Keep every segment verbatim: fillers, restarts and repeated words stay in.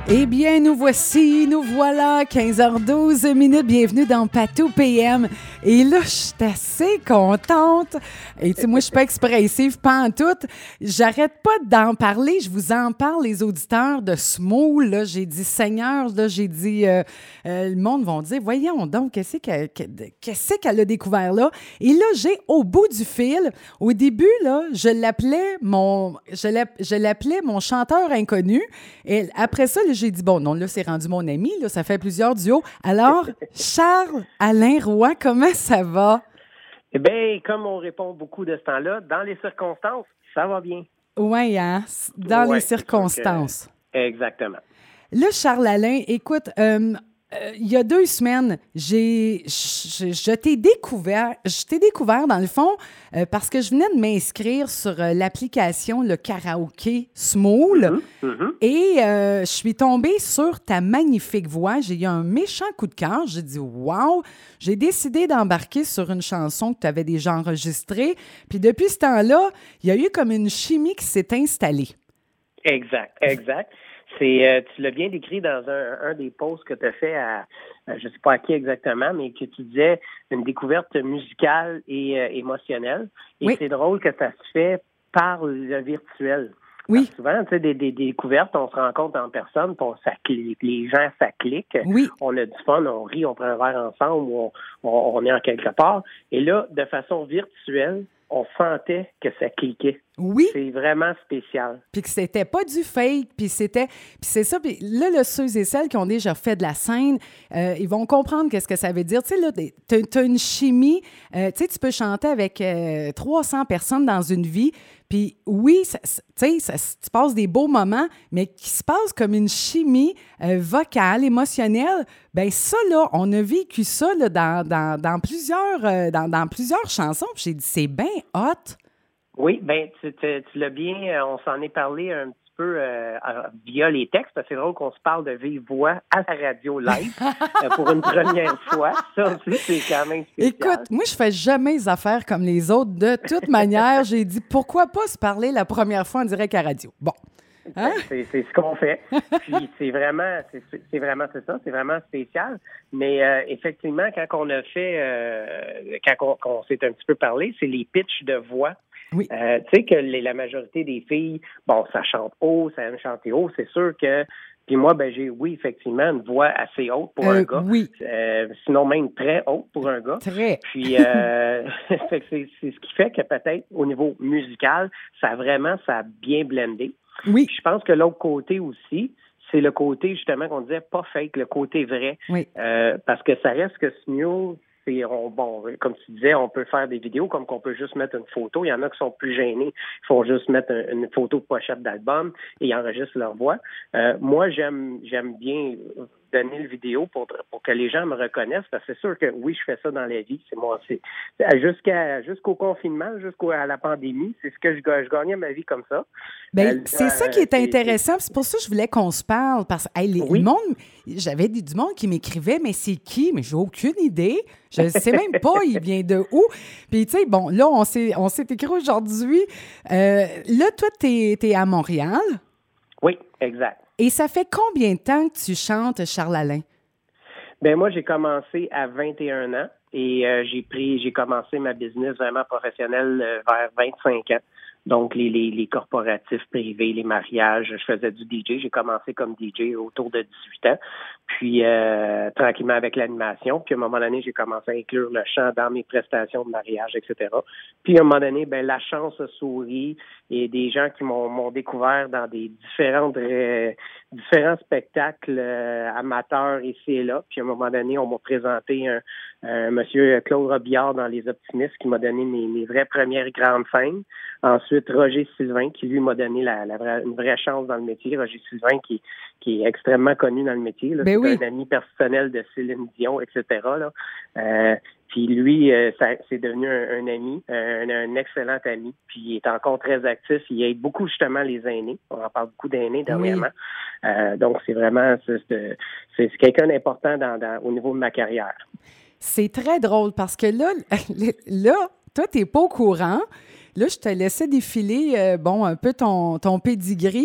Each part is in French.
Eh bien, nous voici, nous voilà, quinze heures douze minutes. Bienvenue dans Patou P M. Et là, je suis assez contente. Et tu sais, moi, je suis pas expressive, pas en tout. J'arrête pas d'en parler. Je vous en parle, les auditeurs de Small. Là, j'ai dit Seigneur, là, j'ai dit... Euh, euh, le monde va dire, voyons donc, qu'est-ce qu'elle, qu'est-ce qu'elle a découvert là? Et là, j'ai au bout du fil, au début, là, je l'appelais mon, je l'app- je l'appelais mon chanteur inconnu. Et après ça, là, j'ai dit, bon, non, là, c'est rendu mon ami, là, ça fait plusieurs duos. Alors, Charles-Alain Roy, comment ça va? Eh bien, comme on répond beaucoup de ce temps-là, dans les circonstances, ça va bien. Oui, hein? Dans ouais, les circonstances. Que... Exactement. Là, Charles-Alain, écoute, euh, euh, il y a deux semaines, j'ai, je, je t'ai découvert, je t'ai découvert dans le fond euh, parce que je venais de m'inscrire sur euh, l'application le karaoké Small Mm-hmm, mm-hmm. et euh, je suis tombée sur ta magnifique voix. J'ai eu un méchant coup de cœur. J'ai dit wow. J'ai décidé d'embarquer sur une chanson que tu avais déjà enregistrée. Puis depuis ce temps-là, il y a eu comme une chimie qui s'est installée. Exact, exact. C'est, euh, tu l'as bien décrit dans un, un des posts que tu as fait à, à, je ne sais pas à qui exactement, mais que tu disais une découverte musicale et euh, émotionnelle. Et Oui. c'est drôle que ça se fait par le virtuel. Oui. Parce que souvent, tu sais, des, des, des découvertes, on se rencontre en personne, puis on, ça clique, les gens, ça clique. Oui. On a du fun, on rit, on prend un verre ensemble, on, on, on est en quelque part. Et là, de façon virtuelle, on sentait que ça cliquait. Oui. C'est vraiment spécial. Puis que c'était pas du fake, puis c'était... Puis c'est ça, puis là, là, ceux et celles qui ont déjà fait de la scène, euh, ils vont comprendre qu'est-ce que ça veut dire. Tu sais, là, t'as, t'as une chimie, euh, tu sais, tu peux chanter avec euh, trois cents personnes dans une vie, puis oui, tu sais, tu passes des beaux moments, mais qui se passe comme une chimie euh, vocale, émotionnelle, bien ça, là, on a vécu ça là, dans, dans, dans, plusieurs, euh, dans, dans plusieurs chansons, puis j'ai dit, c'est bien hot. Oui, bien, tu, tu, tu l'as bien, on s'en est parlé un petit peu euh, via les textes, parce que c'est drôle qu'on se parle de vive voix à la radio live euh, pour une première fois. Ça aussi, c'est quand même spécial. Écoute, moi, je fais jamais les affaires comme les autres. De toute manière, j'ai dit, pourquoi pas se parler la première fois en direct à radio? Bon. Hein? C'est, c'est ce qu'on fait. Puis c'est vraiment, c'est, c'est vraiment c'est ça, c'est vraiment spécial. Mais euh, effectivement, quand on a fait, euh, quand on, qu'on s'est un petit peu parlé, c'est les pitchs de voix. Oui. Euh, tu sais que les, la majorité des filles, bon, ça chante haut, ça aime chanter haut, c'est sûr que. Puis moi, ben j'ai, oui, effectivement, une voix assez haute pour euh, un gars. Oui. Euh, sinon même très haute pour un gars. Très. Puis euh, c'est, c'est ce qui fait que peut-être au niveau musical, ça a vraiment, ça a bien blendé. Oui. Puis je pense que l'autre côté aussi, c'est le côté justement qu'on disait pas fake, le côté vrai. Oui. Euh, parce que ça reste que Smule, c'est on, bon, comme tu disais, on peut faire des vidéos comme qu'on peut juste mettre une photo. Il y en a qui sont plus gênés, ils font juste mettre un, une photo de pochette d'album et ils enregistrent leur voix. Euh, moi, j'aime j'aime bien donner le vidéo pour pour que les gens me reconnaissent, parce que c'est sûr que oui, je fais ça dans la vie. C'est moi, c'est jusqu'à jusqu'au confinement, jusqu'à la pandémie, c'est ce que je, je gagnais ma vie comme ça. Bien, euh, c'est euh, ça qui est c'est, intéressant. C'est... c'est pour ça que je voulais qu'on se parle. Parce que hey, les, oui. le monde, j'avais du monde qui m'écrivait, mais c'est qui? Mais j'ai aucune idée. Je ne sais même pas, il vient de où. Puis, tu sais, bon, là, on s'est, on s'est écrit aujourd'hui. Euh, là, toi, tu es à Montréal. Oui, exact. Et ça fait combien de temps que tu chantes, Charles-Alain? Bien, moi, j'ai commencé à vingt et un ans et euh, j'ai pris, j'ai commencé ma business vraiment professionnelle euh, vers vingt-cinq ans. Donc, les, les, les corporatifs privés, les mariages, je faisais du D J. J'ai commencé comme D J autour de dix-huit ans. Puis, euh, tranquillement avec l'animation. Puis, à un moment donné, j'ai commencé à inclure le chant dans mes prestations de mariage, et cetera. Puis, à un moment donné, ben la chance a souri et des gens qui m'ont, m'ont découvert dans des différentes, euh, différents spectacles euh, amateurs ici et là. Puis, à un moment donné, on m'a présenté un, un monsieur Claude Robillard dans Les Optimistes qui m'a donné mes, mes vraies premières grandes scènes. Ensuite, Roger Sylvain, qui lui m'a donné la, la vraie, une vraie chance dans le métier. Roger Sylvain, qui, qui est extrêmement connu dans le métier. Là. Ben c'est oui. un ami personnel de Céline Dion, et cetera. Là. Euh, puis lui, euh, ça, c'est devenu un, un ami, un, un excellent ami. Puis il est encore très actif. Il aide beaucoup justement les aînés. On en parle beaucoup d'aînés dernièrement. Oui. Euh, donc c'est vraiment c'est, c'est, c'est quelqu'un d'important dans, dans, au niveau de ma carrière. C'est très drôle parce que là, là, toi, t'es pas au courant. Là, je te laissais défiler, euh, bon, un peu ton, ton pédigree.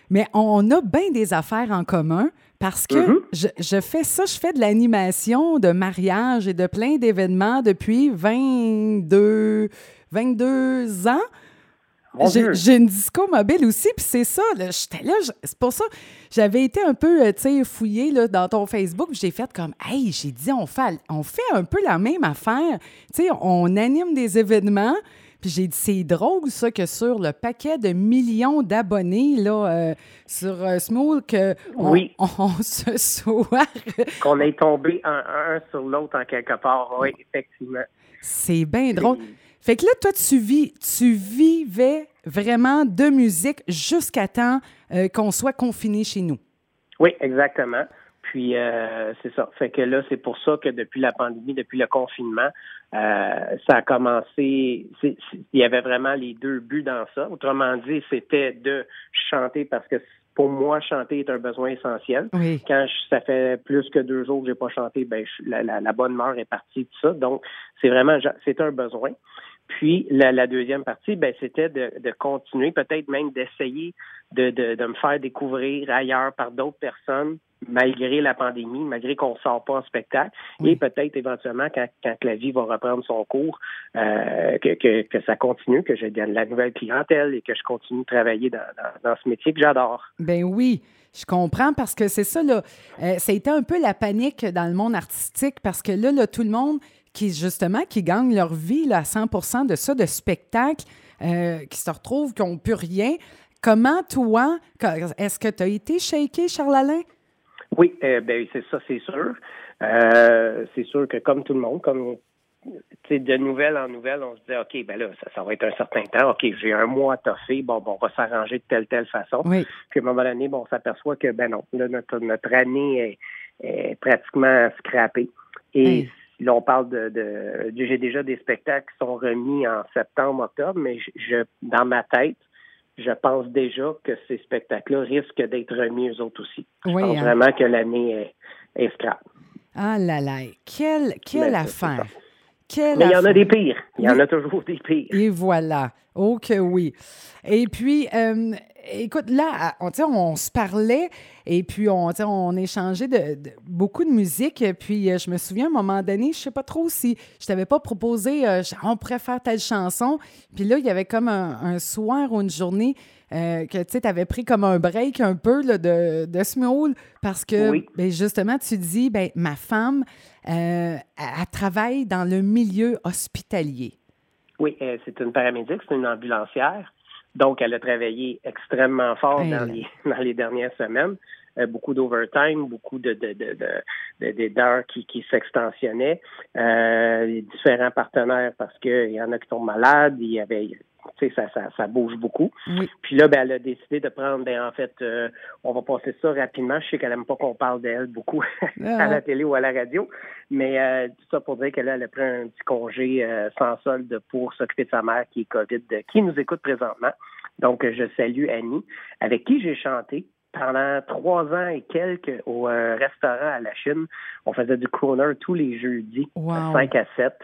Mais on a bien des affaires en commun parce que Mm-hmm. je, je fais ça, je fais de l'animation, de mariage et de plein d'événements depuis vingt-deux, vingt-deux ans. Mon J'ai, Dieu. j'ai une disco mobile aussi, puis c'est ça, là, j'étais là, je- c'est pour ça, j'avais été un peu, euh, tu sais, fouillée là, dans ton Facebook, puis j'ai fait comme, hey, j'ai dit, on fait, on fait un peu la même affaire, tu sais, on anime des événements, puis j'ai dit, c'est drôle ça que sur le paquet de millions d'abonnés, là, euh, sur euh, Small, que on, Oui. on, on se soit... Qu'on ait tombé un, un sur l'autre en quelque part. Oui, effectivement. C'est bien drôle. C'est- Fait que là, toi, tu vis, tu vivais vraiment de musique jusqu'à temps euh, qu'on soit confiné chez nous. Oui, exactement. Puis euh, c'est ça. Fait que là, c'est pour ça que depuis la pandémie, depuis le confinement, euh, ça a commencé. c'est- c'est- il y avait vraiment les deux buts dans ça. Autrement dit, c'était de chanter parce que pour moi, chanter est un besoin essentiel. Oui. Quand je- ça fait plus que deux jours que j'ai pas chanté, ben je- la, la, la bonne humeur est partie de ça. Donc, c'est vraiment c'est un besoin. Puis la, la deuxième partie, ben c'était de, de continuer, peut-être même d'essayer de, de, de me faire découvrir ailleurs par d'autres personnes, malgré la pandémie, malgré qu'on ne sort pas en spectacle, Oui. et peut-être éventuellement quand, quand la vie va reprendre son cours, euh, que, que, que ça continue, que je gagne la nouvelle clientèle et que je continue de travailler dans, dans, dans ce métier que j'adore. Ben oui, je comprends parce que c'est ça, là. Euh, ça a été un peu la panique dans le monde artistique parce que là, là tout le monde qui, justement, qui gagne leur vie là, à cent pour cent de ça, de spectacle, euh, qui se retrouvent, qui n'ont plus rien. Comment, toi, est-ce que tu as été shaké, Charles-Alain? Oui, euh, ben c'est ça, c'est sûr. Euh, c'est sûr que comme tout le monde, comme tu sais, de nouvelle en nouvelle, on se dit OK, ben là, ça, ça va être un certain temps. OK, j'ai un mois à toffer. Bon, bon, on va s'arranger de telle, telle façon. Oui. Puis à un moment donné, bon, on s'aperçoit que ben non, là, notre, notre année est, est pratiquement scrappée. Et Hey. là, on parle de, de j'ai déjà des spectacles qui sont remis en septembre, octobre, mais je, je dans ma tête, je pense déjà que ces spectacles-là risquent d'être remis eux autres aussi. Je Oui, pense hein? vraiment que l'année est, est scrap. Ah là là, quelle, quelle Mais affaire! Quelle Mais il y en affaire. a des pires. Il y en Oui. a toujours des pires. Et voilà. Oh que oui. Et puis, euh, écoute, là, on, on se parlait et puis on, on échangeait de, de, beaucoup de musique. Puis euh, je me souviens, à un moment donné, je sais pas trop si je t'avais pas proposé, euh, on pourrait faire telle chanson. Puis là, il y avait comme un, un soir ou une journée euh, que tu avais pris comme un break un peu là, de, de Small parce que, Oui. ben, justement, tu dis, ben, ma femme, euh, elle travaille dans le milieu hospitalier. Oui, euh, c'est une paramédic, c'est une ambulancière. Donc, elle a travaillé extrêmement fort Hey, dans, là. les, dans les dernières semaines. Euh, beaucoup d'overtime, beaucoup de, de, de, de, de, de d'heures qui, qui s'extensionnaient. Euh, les différents partenaires, parce qu'il y en a qui tombent malades, il y avait, tu sais, ça, ça, ça bouge beaucoup. Oui. Puis là, ben, elle a décidé de prendre, ben, en fait, euh, on va passer ça rapidement. Je sais qu'elle aime pas qu'on parle d'elle beaucoup à la télé ou à la radio, mais euh, tout ça pour dire qu'elle elle a pris un petit congé euh, sans solde pour s'occuper de sa mère qui est COVID, euh, qui nous écoute présentement. Donc, je salue Annie, avec qui j'ai chanté pendant trois ans et quelques au euh, restaurant à la Chine. On faisait du crooner tous les jeudis, Wow. à cinq à sept,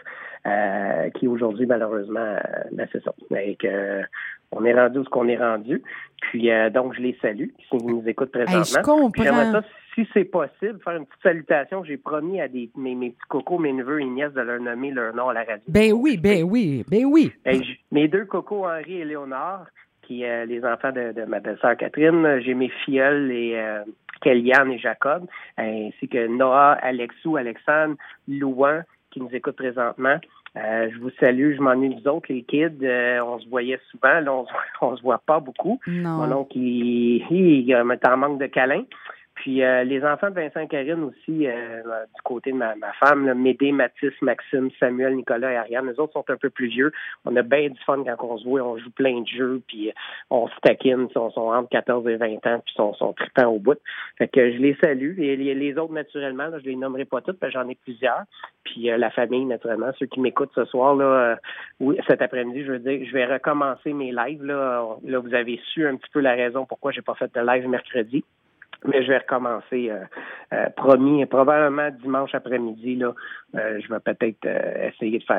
euh, qui aujourd'hui, malheureusement, euh, ben, c'est ça. Et que, euh, on est rendu où ce qu'on est rendu. Puis, euh, donc, je les salue, s'ils nous écoutent présentement. Hey, je comprends. Puis, j'aimerais ça, si c'est possible, faire une petite salutation. J'ai promis à des, mes, mes petits cocos, mes neveux et nièces de leur nommer leur nom à la radio. Ben oui, ben oui, ben oui. Ben, j- mes deux cocos, Henri et Léonard, qui euh, les enfants de, de ma belle-sœur Catherine. J'ai mes filleuls, et euh, Kellyanne et Jacob, ainsi que Noah, Alexou, Alexandre, Louan, qui nous écoutent présentement. Euh, je vous salue, je m'ennuie des autres, les kids. Euh, on se voyait souvent, là, on se, on se voit pas beaucoup. Non. Mon oncle, il, il, il est en manque de câlins. Puis euh, les enfants de Vincent Karine aussi, euh, du côté de ma, ma femme, là, Médée, Mathis, Maxime, Samuel, Nicolas et Ariane, eux autres sont un peu plus vieux. On a bien du fun quand on se voit, on joue plein de jeux, puis euh, on se taquine, ils sont, sont entre quatorze et vingt ans, puis sont, sont trippants au bout. Fait que je les salue. Et les, les autres, naturellement, là, je les nommerai pas toutes, parce que j'en ai plusieurs. Puis euh, la famille, naturellement, ceux qui m'écoutent ce soir, là, euh, oui, cet après-midi, je veux dire, je vais recommencer mes lives. Là, là vous avez su un petit peu la raison pourquoi j'ai pas fait de live mercredi. Mais je vais recommencer, euh, euh, promis, probablement dimanche après-midi, là, euh, je vais peut-être euh, essayer de faire ça.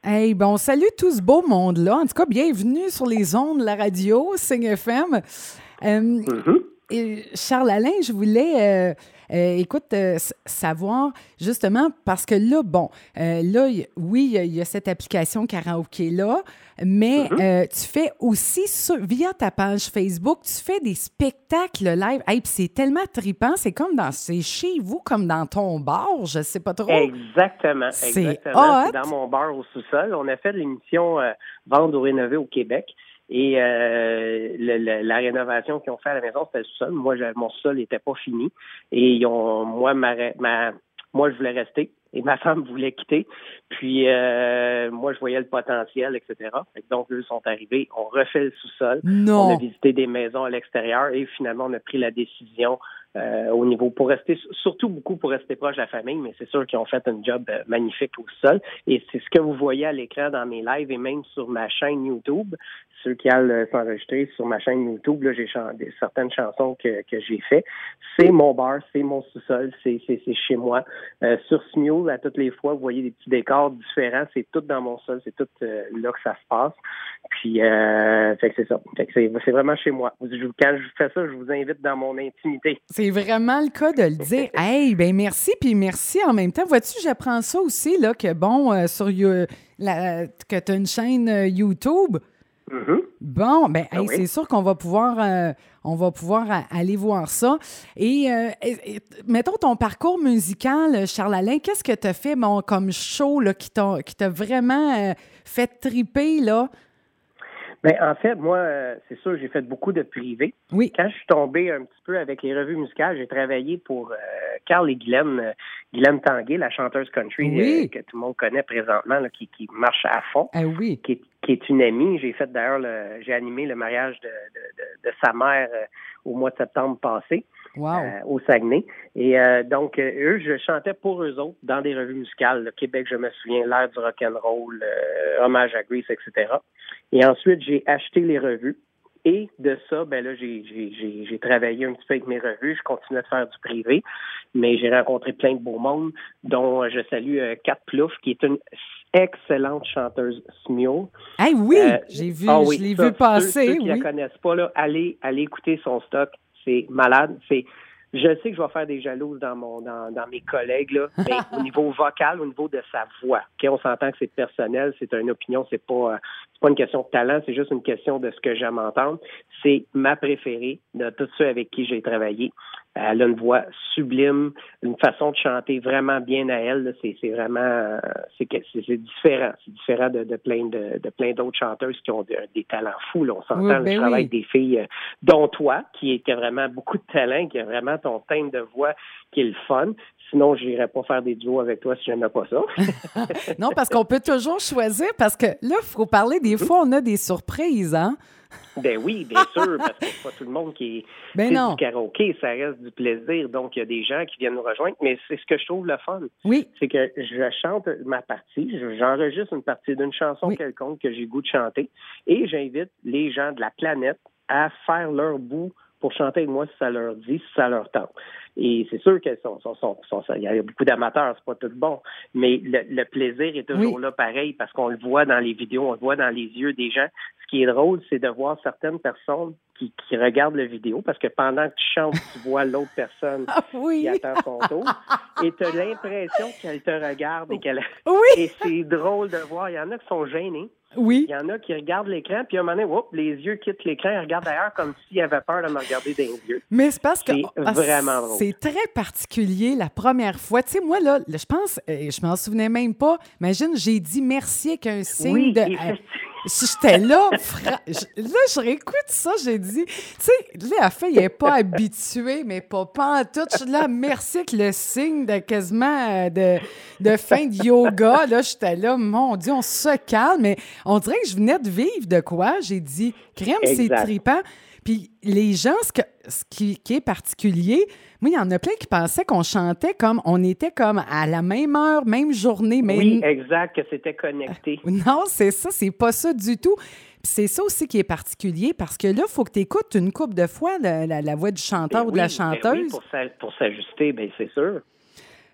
Hey, bon, salut tout ce beau monde-là. En tout cas, bienvenue sur les ondes de la radio, Signe F M. Euh, Mm-hmm. et Charles-Alain, je voulais, euh, euh, écoute, euh, s- savoir, justement, parce que là, bon, euh, là, y- oui, il y, a- il y a cette application karaoké-là, mais Mm-hmm. euh, tu fais aussi, sur- via ta page Facebook, tu fais des spectacles live. Hey, puis c'est tellement trippant, c'est comme dans, c'est chez vous, comme dans ton bar, je sais pas trop. Exactement, C'est exactement. hot. C'est dans mon bar au sous-sol. On a fait l'émission euh, Vendre ou rénover au Québec. Et euh, le- le- la rénovation qu'ils ont fait à la maison, c'était le sous-sol. Moi, j'avais- mon sous-sol n'était pas fini. Et ils ont, moi, ma, ma, moi, je voulais rester. Et ma femme voulait quitter. Puis euh, moi, je voyais le potentiel, et cetera. Fait que donc, eux sont arrivés. On refait le sous-sol. On a Non. visité des maisons à l'extérieur et finalement, on a pris la décision euh, au niveau pour rester, surtout beaucoup pour rester proche de la famille, mais c'est sûr qu'ils ont fait un job euh, magnifique au sol. Et c'est ce que vous voyez à l'écran dans mes lives et même sur ma chaîne YouTube. Ceux qui allent s'enregistrer sur ma chaîne YouTube, là, j'ai chanté certaines chansons que, que j'ai fait. C'est mon bar, c'est mon sous-sol, c'est, c'est, c'est chez moi. Euh, sur Smule, à toutes les fois, vous voyez des petits décors différents. C'est tout dans mon sol, c'est tout euh, là que ça se passe. Puis, euh, fait que c'est ça. Fait que c'est, c'est vraiment chez moi. Je- quand je fais ça, je vous invite dans mon intimité. C'est vraiment le cas de le dire. Hey, ben merci, puis merci en même temps. Vois-tu, j'apprends ça aussi, là, que bon, euh, sur You- la- que tu as une chaîne euh, YouTube. Mm-hmm. Bon, ben Ah hey, oui. c'est sûr qu'on va pouvoir euh, on va pouvoir a- aller voir ça. Et, euh, et- et mettons ton parcours musical, Charles-Alain, qu'est-ce que tu as fait bon, comme show là, qui t'a qui t'a vraiment euh, fait triper, là? Ben, en fait, moi, euh, c'est sûr, j'ai fait beaucoup de privé. Oui. Quand je suis tombé un petit peu avec les revues musicales, j'ai travaillé pour euh, Carl et Guylaine, euh, Guylaine Tanguay, la chanteuse country Oui. euh, que tout le monde connaît présentement, là, qui, qui marche à fond, Ah oui. qui est, qui est une amie. J'ai fait d'ailleurs, le, j'ai animé le mariage de, de, de, de sa mère euh, au mois de septembre passé. Wow. Euh, au Saguenay. Et euh, donc, euh, eux, je chantais pour eux autres dans des revues musicales. Le Québec, je me souviens, L'Air du rock'n'roll, euh, Hommage à Grease, et cetera. Et ensuite, j'ai acheté les revues. Et de ça, ben là, j'ai, j'ai, j'ai, j'ai travaillé un petit peu avec mes revues. Je continuais de faire du privé. Mais j'ai rencontré plein de beaux mondes, dont euh, je salue euh, Kat Plouffe, qui est une excellente chanteuse Smule. Hey, oui, Euh, j'ai vu, ah oui, je l'ai ça, vu passer, Ceux, ceux qui oui. la connaissent pas, là, allez, allez écouter son stock. C'est malade. C'est, je sais que je vais faire des jalouses dans mon, dans, dans mes collègues, là, mais au niveau vocal, au niveau de sa voix. OK, on s'entend que c'est personnel, c'est une opinion, c'est pas, euh, c'est pas une question de talent, c'est juste une question de ce que j'aime entendre. C'est ma préférée de tous ceux avec qui j'ai travaillé. Elle a une voix sublime, une façon de chanter vraiment bien à elle. Là. C'est, c'est vraiment, euh, c'est, que- c'est, c'est différent. C'est différent de, de plein de, de plein d'autres chanteuses qui ont de- des talents fous. Là. On s'entend. Oui, là, ben je travaille oui. avec des filles, euh, dont toi, qui, est- qui a vraiment beaucoup de talent, qui a vraiment ton timbre de voix qui est le fun. Sinon, je n'irais pas faire des duos avec toi si j'aimais pas ça. Non, parce qu'on peut toujours choisir, parce que là, il faut parler, des fois, on a des surprises, hein? Ben oui, bien sûr, parce que c'est pas tout le monde qui est Ben c'est non. du karaoké, ça reste du plaisir. Donc, il y a des gens qui viennent nous rejoindre, mais c'est ce que je trouve le fun. Oui. C'est que je chante ma partie, je- j'enregistre une partie d'une chanson Oui. quelconque que j'ai le goût de chanter, et j'invite les gens de la planète à faire leur bout pour chanter avec moi si ça leur dit, si ça leur tente. Et c'est sûr qu'il sont, sont, sont, sont, il y a beaucoup d'amateurs, c'est pas tout bon, mais le, le plaisir est toujours Oui. là pareil parce qu'on le voit dans les vidéos, on le voit dans les yeux des gens. Ce qui est drôle, c'est de voir certaines personnes qui, qui regardent la vidéo parce que pendant que tu chantes, tu vois l'autre personne Ah oui. qui attend son tour et tu as l'impression qu'elle te regarde et qu'elle... Oui. Et c'est drôle de voir. Il y en a qui sont gênés. Oui. Il y en a qui regardent l'écran, puis à un moment donné, whoop, les yeux quittent l'écran, ils regardent ailleurs comme s'ils avaient peur de me regarder dans les yeux. Mais c'est parce que C'est ah, vraiment drôle. c'est très particulier la première fois. Tu sais, moi, là, là, je pense, euh, je m'en souvenais même pas. Imagine, j'ai dit merci avec un signe Oui, de. effectivement. euh, J'étais là, fra- je- là, je réécoute ça, j'ai dit, tu sais, là, la fille n'est pas habituée, mais pas, pas en tout. Je suis là, merci avec le signe de quasiment euh, de, de fin de yoga. Là, j'étais là, mon Dieu, on se calme, mais on dirait que je venais de vivre de quoi. J'ai dit, crème, c'est Exact. trippant. Puis les gens, ce, que, ce qui, qui est particulier, moi, il y en a plein qui pensaient qu'on chantait comme, on était comme à la même heure, même journée, mais Oui, exact, que c'était connecté. non, c'est ça, c'est pas ça du tout. Puis c'est ça aussi qui est particulier parce que là, il faut que tu écoutes une couple de fois la, la- la voix du chanteur Ben ou de la oui, ben chanteuse. oui, pour s'a- pour s'ajuster, bien c'est sûr.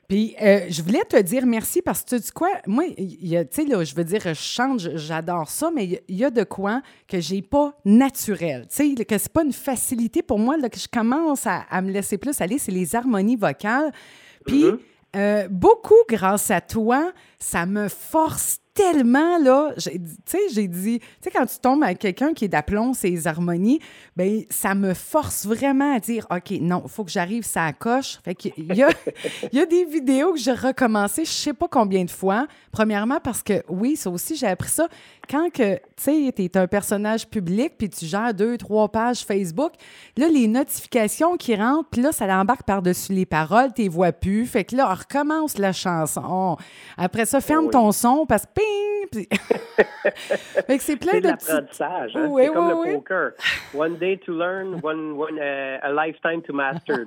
Puis, euh, je voulais te dire merci parce que tu dis quoi? Moi, il y a, tu sais, là, je veux dire, je chante, j'adore ça, mais il y, y a de quoi que j'ai pas naturel. Tu sais, que c'est pas une facilité pour moi, là, que je commence à, à me laisser plus aller, c'est les harmonies vocales. Puis, mm-hmm. euh, beaucoup grâce à toi, ça me force tellement, là, tu sais, j'ai dit, tu sais, quand tu tombes avec quelqu'un qui est d'aplomb, ses harmonies, bien, ça me force vraiment à dire, OK, non, il faut que j'arrive, ça coche. Fait qu'il y a, il y a des vidéos que j'ai recommencé, je sais pas combien de fois. Premièrement, parce que, oui, ça aussi, j'ai appris ça. Quand que, tu sais, tu es un personnage public, puis tu gères deux, trois pages Facebook, là, les notifications qui rentrent, puis là, ça l'embarque par-dessus les paroles, tu les vois plus. Fait que là, on recommence la chanson. Après ça, ferme oh oui. ton son, parce que Puis... fait que c'est plein c'est de, de l'apprentissage, hein? Oui, c'est comme oui, le oui. poker. One day to learn, one, one, uh, a lifetime to master.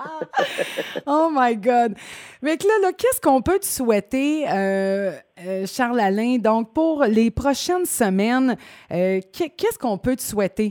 Oh my God! Fait que là, là qu'est-ce qu'on peut te souhaiter, euh, euh, Charles-Alain? Donc, pour les prochaines semaines, euh, qu'est-ce qu'on peut te souhaiter?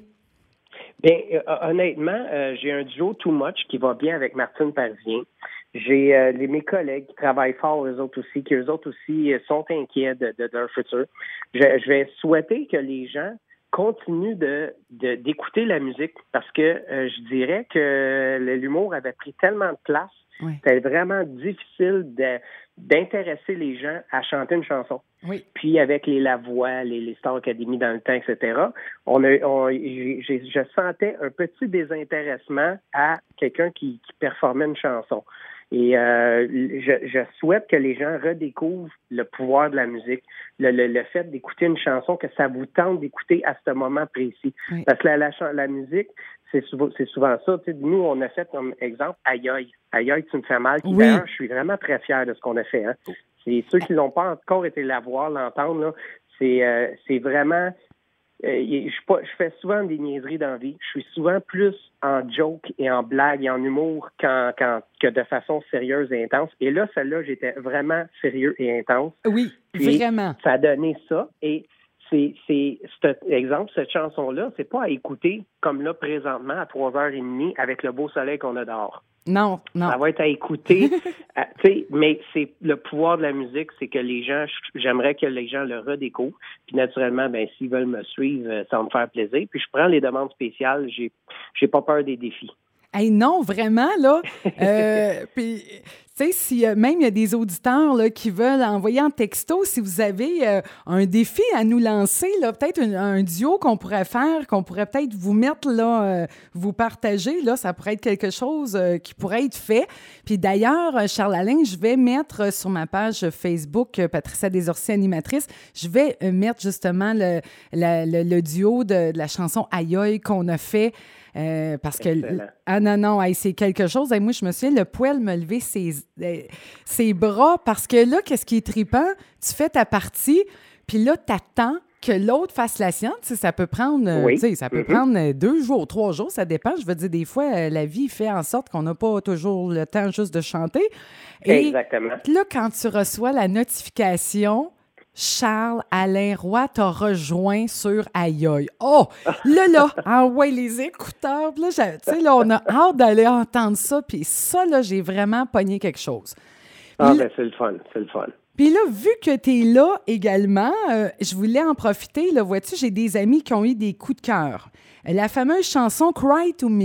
Bien, euh, honnêtement, euh, j'ai un duo Too Much qui va bien avec Martine Parisien. J'ai euh, les, mes collègues qui travaillent fort, eux autres aussi, qui eux autres aussi euh, sont inquiets de, de, de leur futur. Je, je vais souhaiter que les gens continuent de, de d'écouter la musique parce que euh, je dirais que l'humour avait pris tellement de place, oui. C'était vraiment difficile de, d'intéresser les gens à chanter une chanson. Oui. Puis avec les La Voix, les, les Star Academy dans le temps, et cetera, on a, on, j'ai, je sentais un petit désintéressement à quelqu'un qui, qui performait une chanson. Et euh, je, je souhaite que les gens redécouvrent le pouvoir de la musique, le, le, le fait d'écouter une chanson, que ça vous tente d'écouter à ce moment précis. Oui. Parce que la, la, la musique, c'est souvent, c'est souvent ça. Tu sais, nous, on a fait comme exemple Aïe aïe. Aïe aïe, tu me fais mal. Qui, oui. D'ailleurs, je suis vraiment très fier de ce qu'on a fait. Hein. C'est ceux qui n'ont pas encore été la voir, l'entendre, là, c'est, euh, c'est vraiment... Euh, je, pas, je fais souvent des niaiseries dans la vie. Je suis souvent plus en joke et en blague et en humour qu'en, qu'en, que de façon sérieuse et intense. Et là, celle-là, j'étais vraiment sérieux et intense. Oui, Puis, vraiment. Ça a donné ça. Et c'est, c'est cet exemple, cette chanson-là, c'est pas à écouter comme là, présentement, à trois heures trente avec le beau soleil qu'on a dehors. Non, non. Ça va être à écouter. euh, t'sais, mais c'est le pouvoir de la musique, c'est que les gens, j'aimerais que les gens le redécouvrent. Puis naturellement, ben s'ils veulent me suivre, ça va me faire plaisir. Puis je prends les demandes spéciales. J'ai, j'ai pas peur des défis. Hey, non, vraiment, là. Euh, puis, tu sais, si euh, même il y a des auditeurs là, qui veulent envoyer en texto, si vous avez euh, un défi à nous lancer, là, peut-être un, un duo qu'on pourrait faire, qu'on pourrait peut-être vous mettre, là, euh, vous partager, là, ça pourrait être quelque chose euh, qui pourrait être fait. Puis d'ailleurs, Charles-Alain, je vais mettre sur ma page Facebook, euh, Patricia Desorciers, animatrice, je vais euh, mettre justement le, la, le, le duo de, de la chanson Aïe aïe qu'on a fait. Euh, parce que... Excellent. Ah non, non, hey, c'est quelque chose. Hey, moi, je me souviens, le poil me lever ses, euh, ses bras parce que là, qu'est-ce qui est trippant? Tu fais ta partie, puis là, t'attends que l'autre fasse la sienne. Tu sais, ça peut prendre, oui. tu sais, ça peut mm-hmm. prendre deux jours, trois jours, ça dépend. Je veux dire, des fois, la vie fait en sorte qu'on n'a pas toujours le temps juste de chanter. Et exactement. Là, quand tu reçois la notification... Charles-Alain Roy t'a rejoint sur Aïe aïe. Oh! Là, là, envoie les écouteurs. Là, tu sais, là, on a hâte d'aller entendre ça. Puis ça, là, j'ai vraiment pogné quelque chose. Ah, ben c'est le fun, c'est le fun. Puis là, vu que tu es là également, euh, je voulais en profiter. Là, vois-tu, j'ai des amis qui ont eu des coups de cœur. La fameuse chanson « Cry to Me »,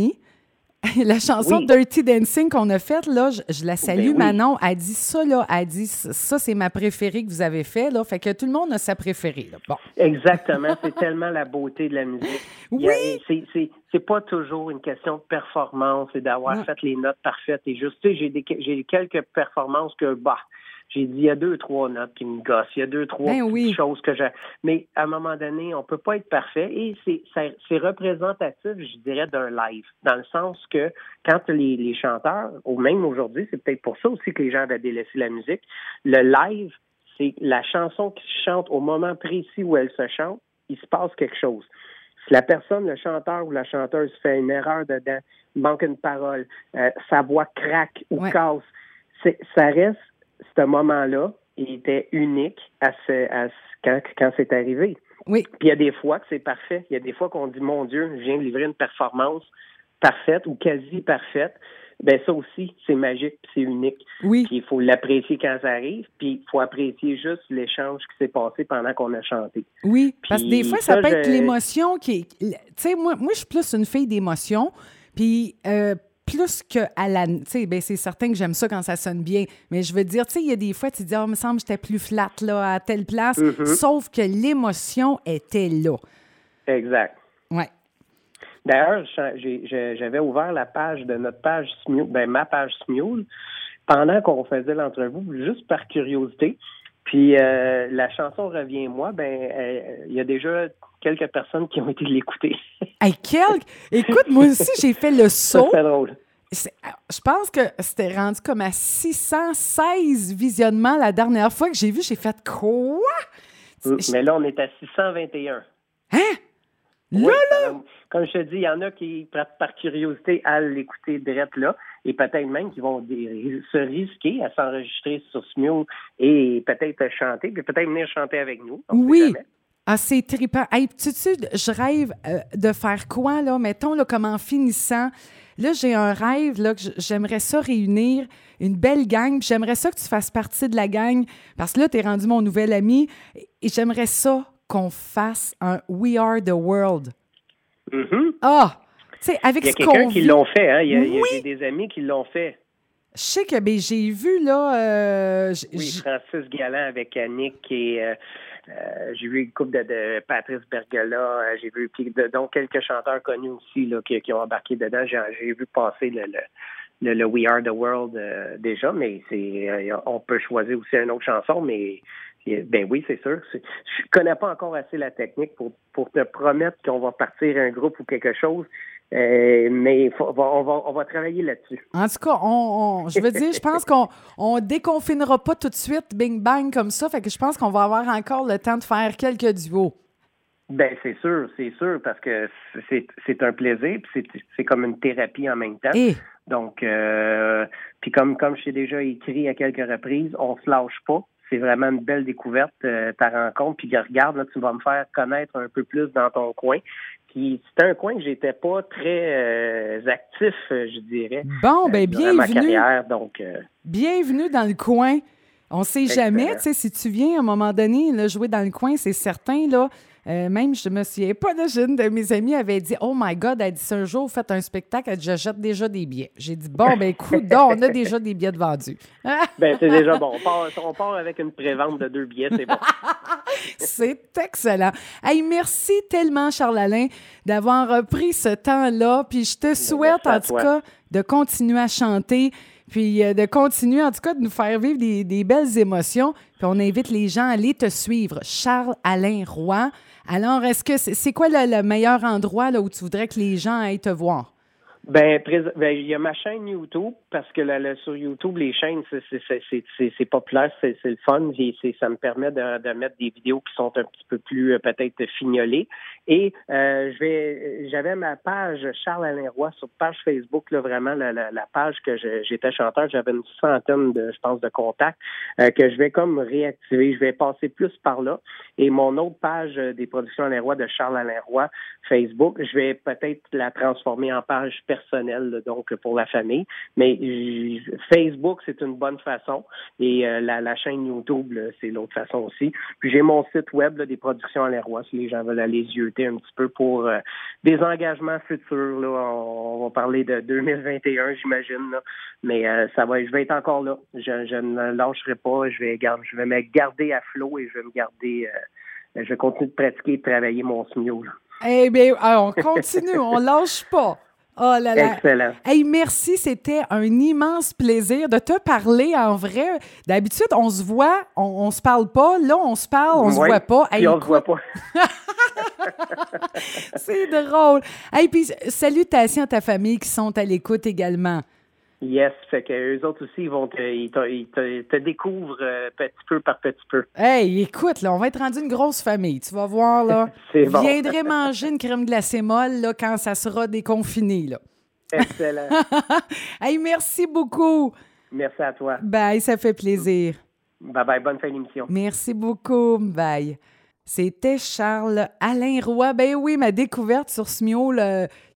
la chanson oui. Dirty Dancing qu'on a faite, là, je, je la salue, ben oui. Manon, elle dit ça, là, elle dit ça, c'est ma préférée que vous avez fait, là, fait que tout le monde a sa préférée, là. Bon. Exactement, c'est tellement la beauté de la musique. Oui! A, c'est, c'est, c'est pas toujours une question de performance et d'avoir non. fait les notes parfaites et juste, tu sais, j'ai, des, j'ai quelques performances que, bah, j'ai dit, il y a deux, trois notes qui me gossent. Il y a deux, trois ben oui. choses que j'ai... Mais à un moment donné, on peut pas être parfait. Et c'est, c'est, c'est représentatif, je dirais, d'un live. Dans le sens que quand les, les chanteurs, ou même aujourd'hui, c'est peut-être pour ça aussi que les gens avaient délaissé la musique, le live, c'est la chanson qui se chante au moment précis où elle se chante, il se passe quelque chose. Si la personne, le chanteur ou la chanteuse fait une erreur dedans, manque une parole, euh, sa voix craque ou ouais. casse, c'est, ça reste... ce moment-là, il était unique à ce, à ce, quand, quand c'est arrivé. Oui. Puis il y a des fois que c'est parfait. Il y a des fois qu'on dit, mon Dieu, je viens de livrer une performance parfaite ou quasi parfaite. Ben ça aussi, c'est magique, puis c'est unique. Oui. Puis il faut l'apprécier quand ça arrive, puis il faut apprécier juste l'échange qui s'est passé pendant qu'on a chanté. Oui, parce que des Puis fois, ça, ça, peut être je- l'émotion qui est... Tu sais, moi, moi je suis plus une fille d'émotion, puis euh, plus que à la... Tu sais, ben c'est certain que j'aime ça quand ça sonne bien, mais je veux dire, tu sais, il y a des fois, tu te dis, « Ah, il me semble que j'étais plus flat là, à telle place Mhm. sauf que l'émotion était là. Exact. Ouais. D'ailleurs, j'ai- j'ai- j'avais ouvert la page de notre page Smule, ben ma page Smule, pendant qu'on faisait l'entrevue, juste par curiosité. Puis euh, la chanson Reviens-moi, ben euh, il y a déjà quelques personnes qui ont été l'écouter. Hey, quel... Écoute, moi aussi, j'ai fait le Ça, saut. c'est drôle. C'est- Je pense que c'était rendu comme à six cent seize visionnements la dernière fois que j'ai vu. J'ai fait quoi? Mm. Mais là, on est à six cent vingt et un. Hein? Là, Oui, là? comme, comme je te dis, il y en a qui, par, par curiosité, à l'écouter direct là, et peut-être même qui vont des- se risquer à s'enregistrer sur Smule et peut-être chanter, puis peut-être venir chanter avec nous. On sait Oui. jamais. Ah, c'est trippant. Hey, tu sais, je rêve euh, de faire quoi, là? Mettons, là, comme en finissant. Là, j'ai un rêve, là, que j- j'aimerais ça réunir une belle gang. Puis j'aimerais ça que tu fasses partie de la gang, parce que là, tu es rendu mon nouvel ami. Et et j'aimerais ça qu'on fasse un We Are the World. Mhm. Ah! Tu sais, avec Il y a ce qu'on quelqu'un qui vit. l'ont fait, hein? Il y a, il y a- Oui. j'ai des amis qui l'ont fait. Je sais que ben, j'ai vu, là... euh, j- Oui, j- Francis Galland avec Annick et euh, euh, j'ai vu une couple de, de Patrice Bergola, euh, j'ai vu puis de, donc quelques chanteurs connus aussi là, qui, qui ont embarqué dedans. J'ai, j'ai vu passer le, le, le, le We Are the World euh, déjà, mais c'est euh, on peut choisir aussi une autre chanson, mais ben oui, c'est sûr. C'est, je connais pas encore assez la technique pour, pour te promettre qu'on va partir un groupe ou quelque chose. Euh, mais faut, on, va, on, va, on va travailler là-dessus. En tout cas, on, on- je veux dire, je pense qu'on on déconfinera pas tout de suite, bing bang, comme ça. Fait que je pense qu'on va avoir encore le temps de faire quelques duos. Ben c'est sûr, c'est sûr, parce que c'est, c'est un plaisir, puis c'est, c'est comme une thérapie en même temps. Et Donc, euh, puis comme comme je t'ai déjà écrit à quelques reprises, on se lâche pas. C'est vraiment une belle découverte, euh, ta rencontre. Puis regarde, là, tu vas me faire connaître un peu plus dans ton coin. Puis c'était un coin que j'étais pas très euh, actif, euh, je dirais. bon, ben euh, durant ma bienvenue. carrière, donc. Euh, Bienvenue dans le coin. On sait Excellent. jamais, tu sais, si tu viens à un moment donné là, jouer dans le coin, c'est certain, là. Euh, même, je me souviens pas, là, j'ai une de mes amies avait dit « Oh my God, elle dit, si un jour, vous faites un spectacle, elle dit, je jette déjà des billets. » J'ai dit « Bon, ben écoute, donc, on a déjà des billets de vendus. » ben c'est déjà bon. On part, on part avec une prévente de deux billets, c'est bon. C'est excellent. Hey, merci tellement, Charles-Alain, d'avoir pris ce temps-là. Puis je te souhaite, merci à en tout toi. cas, de continuer à chanter, puis euh, de continuer, en tout cas, de nous faire vivre des, des belles émotions. Puis on invite les gens à aller te suivre. Charles-Alain Roy. Alors, est-ce que c'est, c'est quoi le, le meilleur endroit là, où tu voudrais que les gens aillent te voir? Ben, prés- ben, il y a ma chaîne YouTube, parce que là, là, sur YouTube, les chaînes, c'est, c'est, c'est, c'est, c'est, c'est populaire, c'est, c'est le fun, et c'est, ça me permet de, de mettre des vidéos qui sont un petit peu plus, euh, peut-être, fignolées. Et euh, je vais, j'avais ma page Charles-Alain Roy sur page Facebook, là, vraiment, la, la, la page que je, j'étais chanteur, j'avais une centaine de, je pense, de contacts, euh, que je vais comme réactiver, je vais passer plus par là. Et mon autre page euh, des productions Alain Roy de Charles-Alain Roy, Facebook, je vais peut-être la transformer en page personnelle, là, donc pour la famille. Mais j- Facebook, c'est une bonne façon. Et euh, la, la chaîne YouTube, là, c'est l'autre façon aussi. Puis j'ai mon site web là, des productions Alain Roy, si les gens veulent aller zioter un petit peu pour euh, des engagements futurs. Là. On, on va parler de deux mille vingt et un, j'imagine. Là. Mais euh, ça va, je vais être encore là. Je, je ne lâcherai pas. Je vais, gar- je vais me garder à flot et je vais me garder... Euh, je vais continuer de pratiquer et de travailler mon smio. Là. Eh bien, ah, on continue, on lâche pas. Oh là là. Excellent. Hey, merci, c'était un immense plaisir de te parler en vrai. D'habitude, on se voit, on, on se parle pas. Là, on se parle, on Ouais, se voit pas. Puis Hey, on se voit pas. c'est drôle. Hey, puis salutations à ta famille qui sont à l'écoute également. Yes, fait que eux autres aussi, ils vont te, ils te, ils te, te découvrent euh, petit peu par petit peu. Hey, écoute, là, on va être rendu une grosse famille. Tu vas voir, là. C'est Je bon. viendrai manger une crème glacée molle, là, quand ça sera déconfiné, là. Excellent. Hey, merci beaucoup. Merci à toi. Bye, ça fait plaisir. Bye bye, bonne fin d'émission. Merci beaucoup. Bye. C'était Charles-Alain Roy. Ben oui, ma découverte sur Smio, le